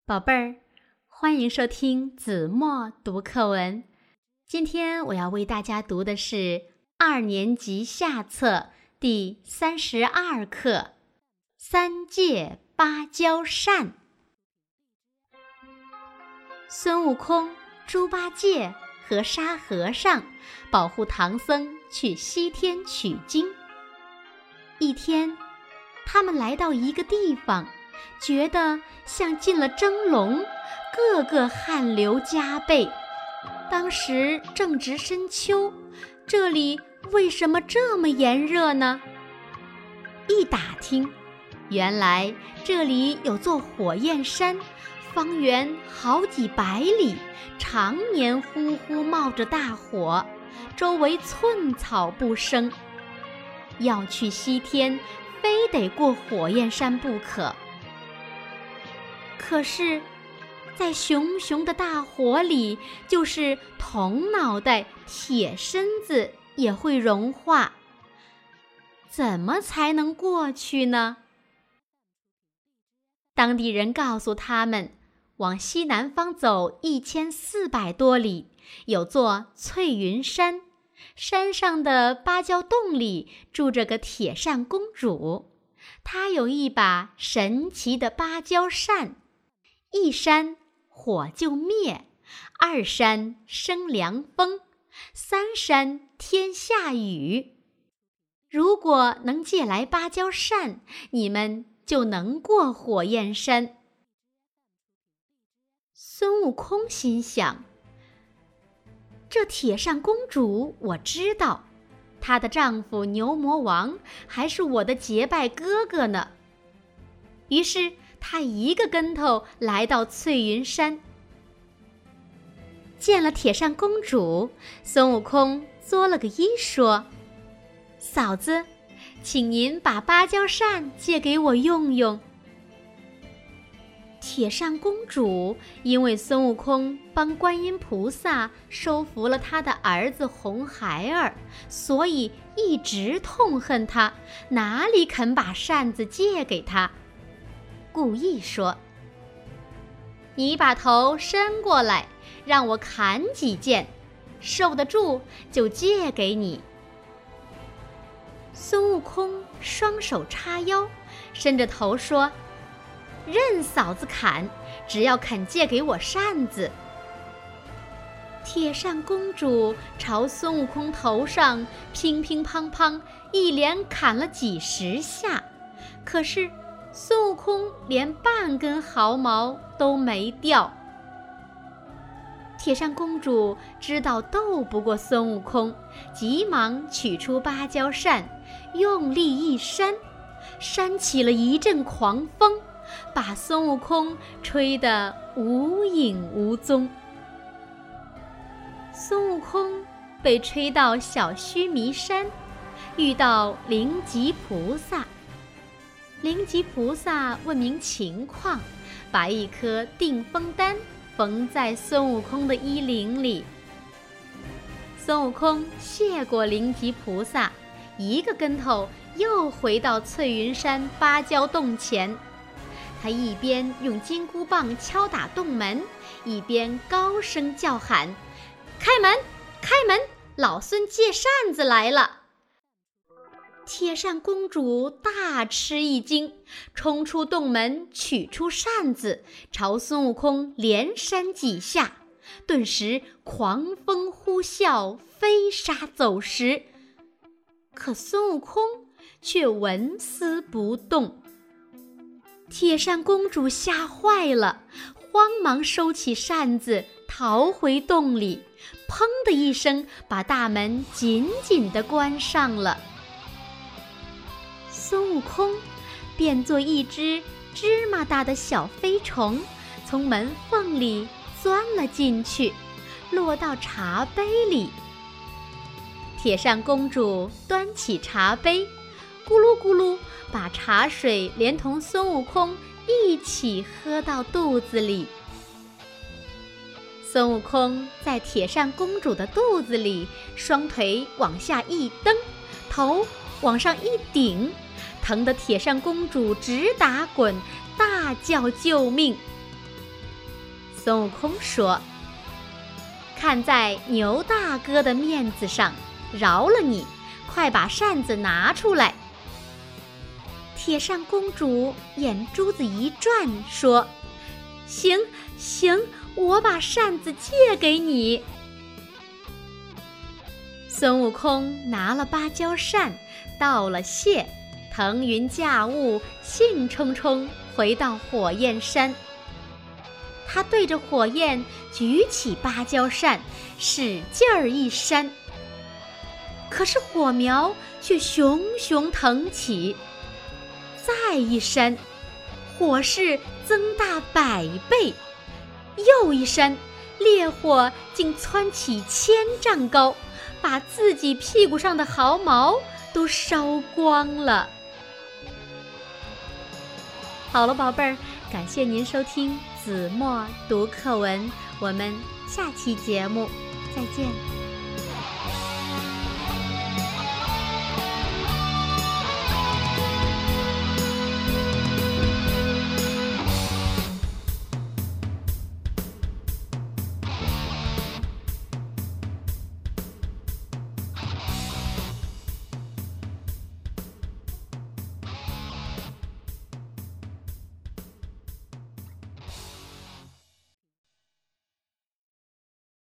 宝贝儿，欢迎收听子墨读课文。今天我要为大家读的是2年级下册第32课三借芭蕉扇。孙悟空、猪八戒和沙和尚保护唐僧去西天取经。一天，他们来到一个地方，觉得像进了蒸笼，个个汗流浃背。当时正值深秋，这里为什么这么炎热呢？一打听，原来这里有座火焰山，方圆好几百里，常年呼呼冒着大火，周围寸草不生。要去西天，非得过火焰山不可。可是，在熊熊的大火里，就是铜脑袋、铁身子也会融化。怎么才能过去呢？当地人告诉他们，往西南方走1400多里，有座翠云山，山上的芭蕉洞里住着个铁扇公主，她有一把神奇的芭蕉扇，一扇火就灭，二扇生凉风，三扇天下雨。如果能借来芭蕉扇，你们就能过火焰山。孙悟空心想，这铁扇公主我知道，她的丈夫牛魔王还是我的结拜哥哥呢。于是他一个跟头来到翠云山。见了铁扇公主，孙悟空作了个揖说：嫂子，请您把芭蕉扇借给我用用。铁扇公主因为孙悟空帮观音菩萨收服了他的儿子红孩儿，所以一直痛恨他，哪里肯把扇子借给他，故意说：你把头伸过来，让我砍几剑，受得住就借给你。孙悟空双手叉腰，伸着头说：任嫂子砍，只要肯借给我扇子。铁扇公主朝孙悟空头上乒乒乓乓一连砍了几十下，可是孙悟空连半根毫毛都没掉。铁扇公主知道斗不过孙悟空，急忙取出芭蕉扇，用力一扇，扇起了一阵狂风，把孙悟空吹得无影无踪。孙悟空被吹到小须弥山，遇到灵吉菩萨。灵吉菩萨问明情况，把一颗定风丹缝在孙悟空的衣领里。孙悟空谢过灵吉菩萨，一个跟头又回到翠云山芭蕉洞前。他一边用金箍棒敲打洞门，一边高声叫喊：开门，开门，老孙借扇子来了。铁扇公主大吃一惊，冲出洞门，取出扇子，朝孙悟空连扇几下，顿时狂风呼啸，飞沙走石。可孙悟空却纹丝不动。铁扇公主吓坏了，慌忙收起扇子，逃回洞里，砰的一声把大门紧紧地关上了。孙悟空变作一只芝麻大的小飞虫，从门缝里钻了进去，落到茶杯里。铁扇公主端起茶杯，咕噜咕噜把茶水连同孙悟空一起喝到肚子里。孙悟空在铁扇公主的肚子里，双腿往下一蹬，头往上一顶，疼得铁扇公主直打滚，大叫救命。 孙悟空说：“看在牛大哥的面子上，饶了你，快把扇子拿出来。”铁扇公主眼珠子一转，说：“行，我把扇子借给你。”孙悟空拿了芭蕉扇，道了谢，腾云驾雾，兴冲冲回到火焰山。他对着火焰举起芭蕉扇，使劲儿一扇，可是火苗却熊熊腾起。再一扇，火势增大100倍；又一扇，烈火竟蹿起1000丈高，把自己屁股上的毫毛都烧光了。好了，宝贝儿，感谢您收听子墨读课文，我们下期节目再见。